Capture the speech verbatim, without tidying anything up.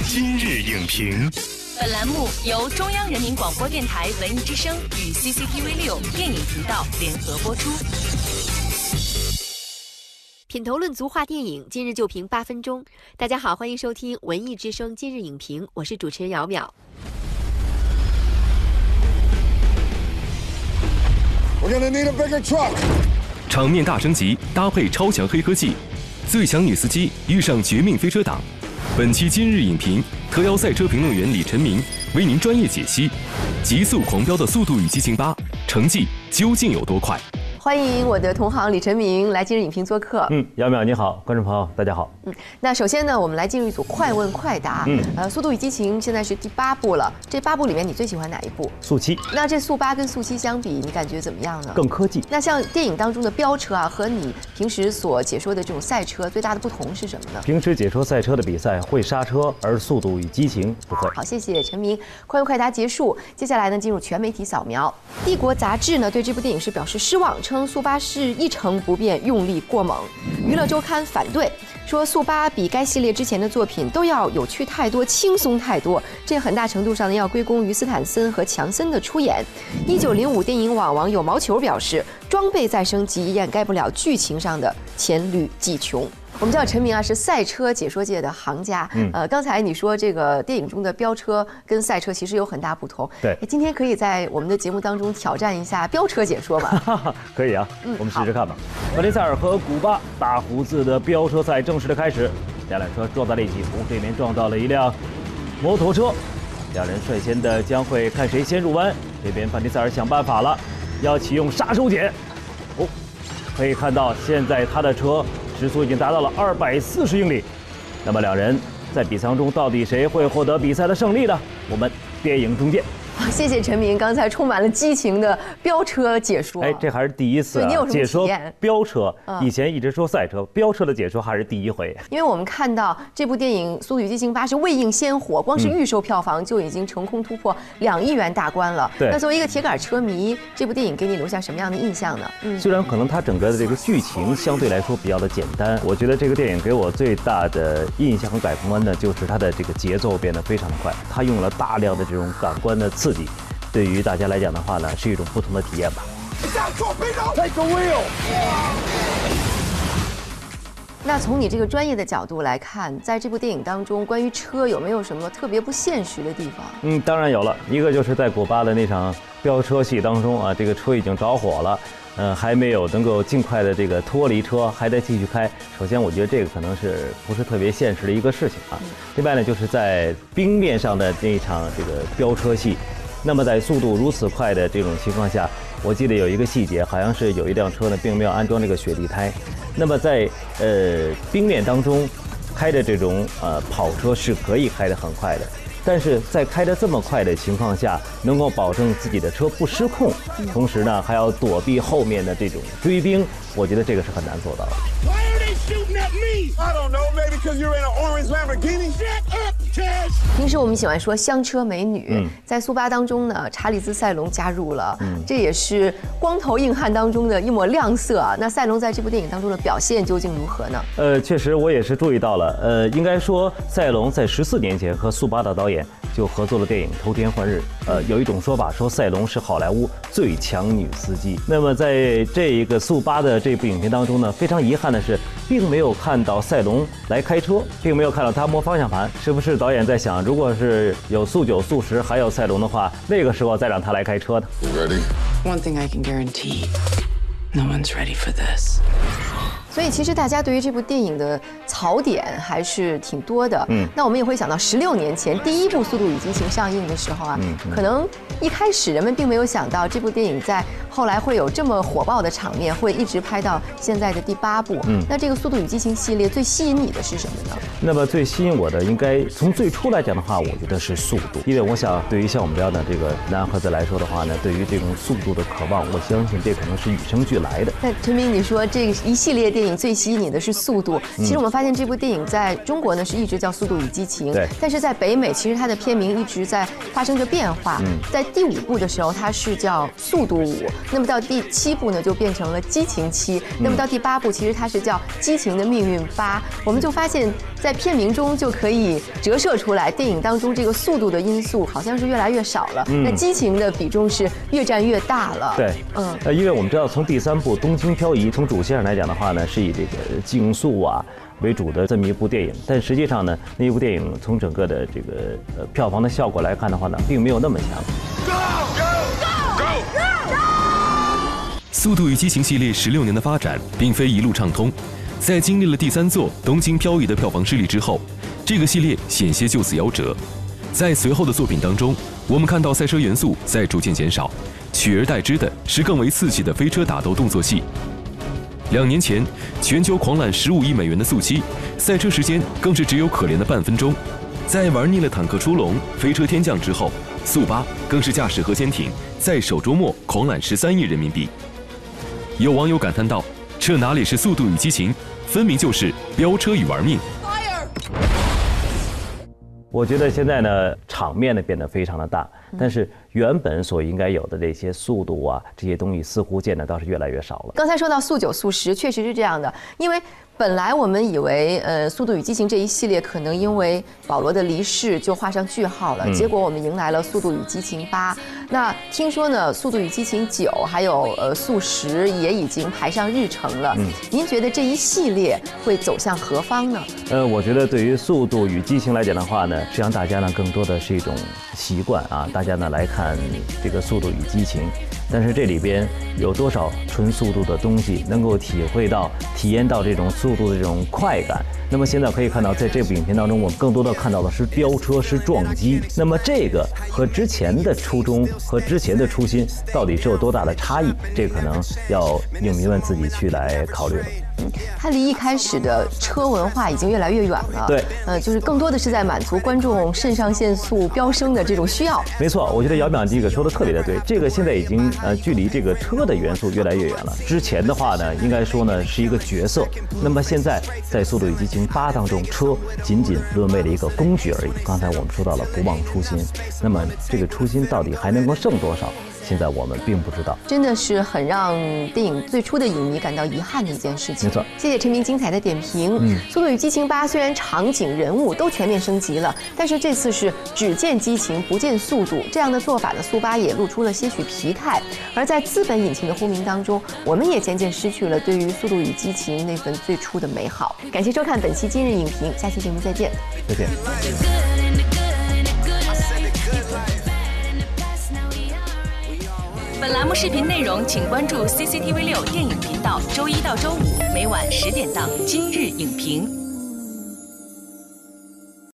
今日影评。 本栏目由中央人民广播电台文艺之声与 C C T V 六电影频道联合播出。 品头论足话电影，今日就评八分钟。大家好，欢迎收听文艺之声今日影评，我是主持人姚淼。 We're gonna need a bigger truck. 场面大升级，搭配超强黑科技，最强女司机遇上绝命飞车党。本期今日影评，特邀赛车评论员李晨明为您专业解析极速狂飙的《速度与激情八》成绩究竟有多快。 欢迎我的同行李晨明来今日影评做客。 嗯，姚淼你好，观众朋友大家好。 嗯，那首先呢，我们来进入一组快问快答。嗯，呃，《速度与激情》现在是第八部了，这八部里面你最喜欢哪一部？ 速七。 那这速八跟速七相比，你感觉怎么样呢？ 更科技。 那像电影当中的飙车啊，和你平时所解说的这种赛车最大的不同是什么呢？ 平时解说赛车的比赛会刹车，而《速度与激情》不会。 好，谢谢陈明。快问快答结束，接下来呢进入全媒体扫描。帝国杂志呢对这部电影是表示失望，称速八是一成不变，用力过猛。娱乐周刊反对，说速八比该系列之前的作品都要有趣太多，轻松太多。这很大程度上呢要归功于斯坦森和强森的出演。一九零五电影网网友毛球表示，装备再升级掩盖不了剧情上的黔驴技穷。我们知道陈明啊是赛车解说界的行家，嗯，呃，刚才你说这个电影中的飙车跟赛车其实有很大不同， 对， 今天可以在我们的节目当中挑战一下飙车解说吧？ 可以啊，嗯，我们试试看吧。巴林塞尔和古巴大胡子的飙车赛正式的开始，两辆车撞在了一起，从这边撞到了一辆摩托车，两人率先的将会看谁先入弯。这边巴林塞尔想办法了，要启用杀手锏，哦，可以看到现在他的车时速已经达到了二百四十英里，那么两人在比赛中到底谁会获得比赛的胜利呢？我们电影中见。 谢谢陈明，刚才充满了激情的飙车解说。 哎，这还是第一次啊！解说飙车，以前一直说赛车，飙车的解说还是第一回。 因为我们看到这部电影《速度与激情八》是未映先火，光是预售票房就已经成功突破两亿元大关了。 对。 那作为一个铁杆车迷，这部电影给你留下什么样的印象呢？ 嗯，虽然可能它整个的这个剧情相对来说比较的简单，我觉得这个电影给我最大的印象和改观呢，就是它的这个节奏变得非常的快，它用了大量的这种感官的刺激。对于大家来讲的话呢，是一种不同的体验吧。 那从你这个专业的角度来看，在这部电影当中，关于车有没有什么特别不现实的地方？ 嗯，当然有了。一个就是在古巴的那场飙车戏当中啊，这个车已经着火了，呃，还没有能够尽快的这个脱离车，还得继续开。首先，我觉得这个可能是不是特别现实的一个事情啊。另外呢，就是在冰面上的那一场这个飙车戏。那么在速度如此快的这种情况下，我记得有一个细节，好像是有一辆车呢，并没有安装这个雪地胎。那么在呃冰面当中开的这种呃跑车是可以开得很快的，但是在开得这么快的情况下，能够保证自己的车不失控，同时呢还要躲避后面的这种追兵，我觉得这个是很难做到的。 平时我们喜欢说香车美女，嗯、在速八当中呢，查理兹·塞隆加入了，嗯、这也是光头硬汉当中的一抹亮色啊。那塞隆在这部电影当中的表现究竟如何呢？ 呃，确实我也是注意到了，呃，应该说塞隆在十四年前和速八的导演就合作了电影《偷天换日》。呃，有一种说法说塞隆是好莱坞最强女司机。那么在这一个速八的这部影片当中呢，非常遗憾的是，并没有看到塞隆来开车，并没有看到他摸方向盘。是不是导演在想，如果是有速九、速十还有塞隆的话，那个时候再让他来开车呢 ？Ready? One thing I can guarantee, no one's ready for this. 所以其实大家对于这部电影的槽点还是挺多的。嗯，那我们也会想到，十六年前第一部《速度与激情》上映的时候啊，嗯嗯、可能一开始人们并没有想到这部电影在后来会有这么火爆的场面，会一直拍到现在的第八部。嗯，那这个《速度与激情》系列最吸引你的是什么呢？ 那么最吸引我的，应该从最初来讲的话，我觉得是速度，因为我想对于像我们这样的这个男孩子来说的话呢，对于这种速度的渴望，我相信这可能是与生俱来的。 那陈明，你说这一系列电影最吸引你的是速度，其实我们发现这部电影在中国呢是一直叫《速度与激情》， 对， 但是在北美其实它的片名一直在发生着变化。嗯，在第五部的时候它是叫《速度五》， 那么到第七部呢就变成了激情七，那么到第八部其实它是叫激情的命运八。我们就发现，在片名中就可以折射出来，电影当中这个速度的因素好像是越来越少了，嗯、那激情的比重是越占越大了。 对，嗯，呃，因为我们知道从第三部《东京漂移》从主线上来讲的话呢，是以这个竞速啊为主的这么一部电影，但实际上呢，那一部电影从整个的这个呃票房的效果来看的话呢，并没有那么强。 速度与激情系列十六年的发展并非一路畅通，在经历了第三作《东京漂移》的票房失利之后，这个系列险些就此夭折。在随后的作品当中，我们看到赛车元素在逐渐减少，取而代之的是更为刺激的飞车打斗动作戏。两年前，全球狂揽十五亿美元的速七，赛车时间更是只有可怜的半分钟。在玩腻了坦克出笼、飞车天降之后，速八更是驾驶核潜艇，在首周末狂揽十三亿人民币。有网友感叹道：“这哪里是速度与激情，分明就是飙车与玩命。” 我觉得现在呢，场面呢变得非常的大，但是原本所应该有的这些速度啊，这些东西似乎见的倒是越来越少了。 刚才说到速九、速十，确实是这样的，因为本来我们以为，呃，《速度与激情》这一系列可能因为保罗的离世就画上句号了，嗯、结果我们迎来了《速度与激情八》。那听说呢，《速度与激情九》还有呃《速十》也已经排上日程了。嗯、您觉得这一系列会走向何方呢？ 呃，我觉得对于《速度与激情》来讲的话呢，实际上大家呢更多的是一种习惯啊，大家呢来看这个《速度与激情》。但是这里边有多少纯速度的东西能够体会到、体验到这种速度的这种快感？那么现在可以看到，在这部影片当中，我们更多的看到的是飙车、是撞击。那么这个和之前的初衷和之前的初心到底是有多大的差异？这可能要影迷们自己去来考虑了。 嗯，它离一开始的车文化已经越来越远了。 对， 呃，就是更多的是在满足观众肾上腺素飙升的这种需要。 没错，我觉得姚淼这个说的特别的对，这个现在已经呃距离这个车的元素越来越远了。之前的话呢，应该说呢是一个角色，那么现在在《速度与激情八》当中，车仅仅沦为了一个工具而已。刚才我们说到了不忘初心，那么这个初心到底还能够剩多少？现在我们并不知道， 真的是很让电影最初的影迷感到遗憾的一件事情。 没错， 谢谢陈明精彩的点评。嗯，《速度与激情八》虽然场景、人物都全面升级了，但是这次是只见激情不见速度，这样的做法呢，速八也露出了些许疲态。而在资本引擎的轰鸣当中，我们也渐渐失去了对于《速度与激情》那份最初的美好。感谢收看本期今日影评，下期节目再见。 再见。 本栏目视频内容，请关注 C C T V 六电影频道，周一到周五每晚十点档《今日影评》。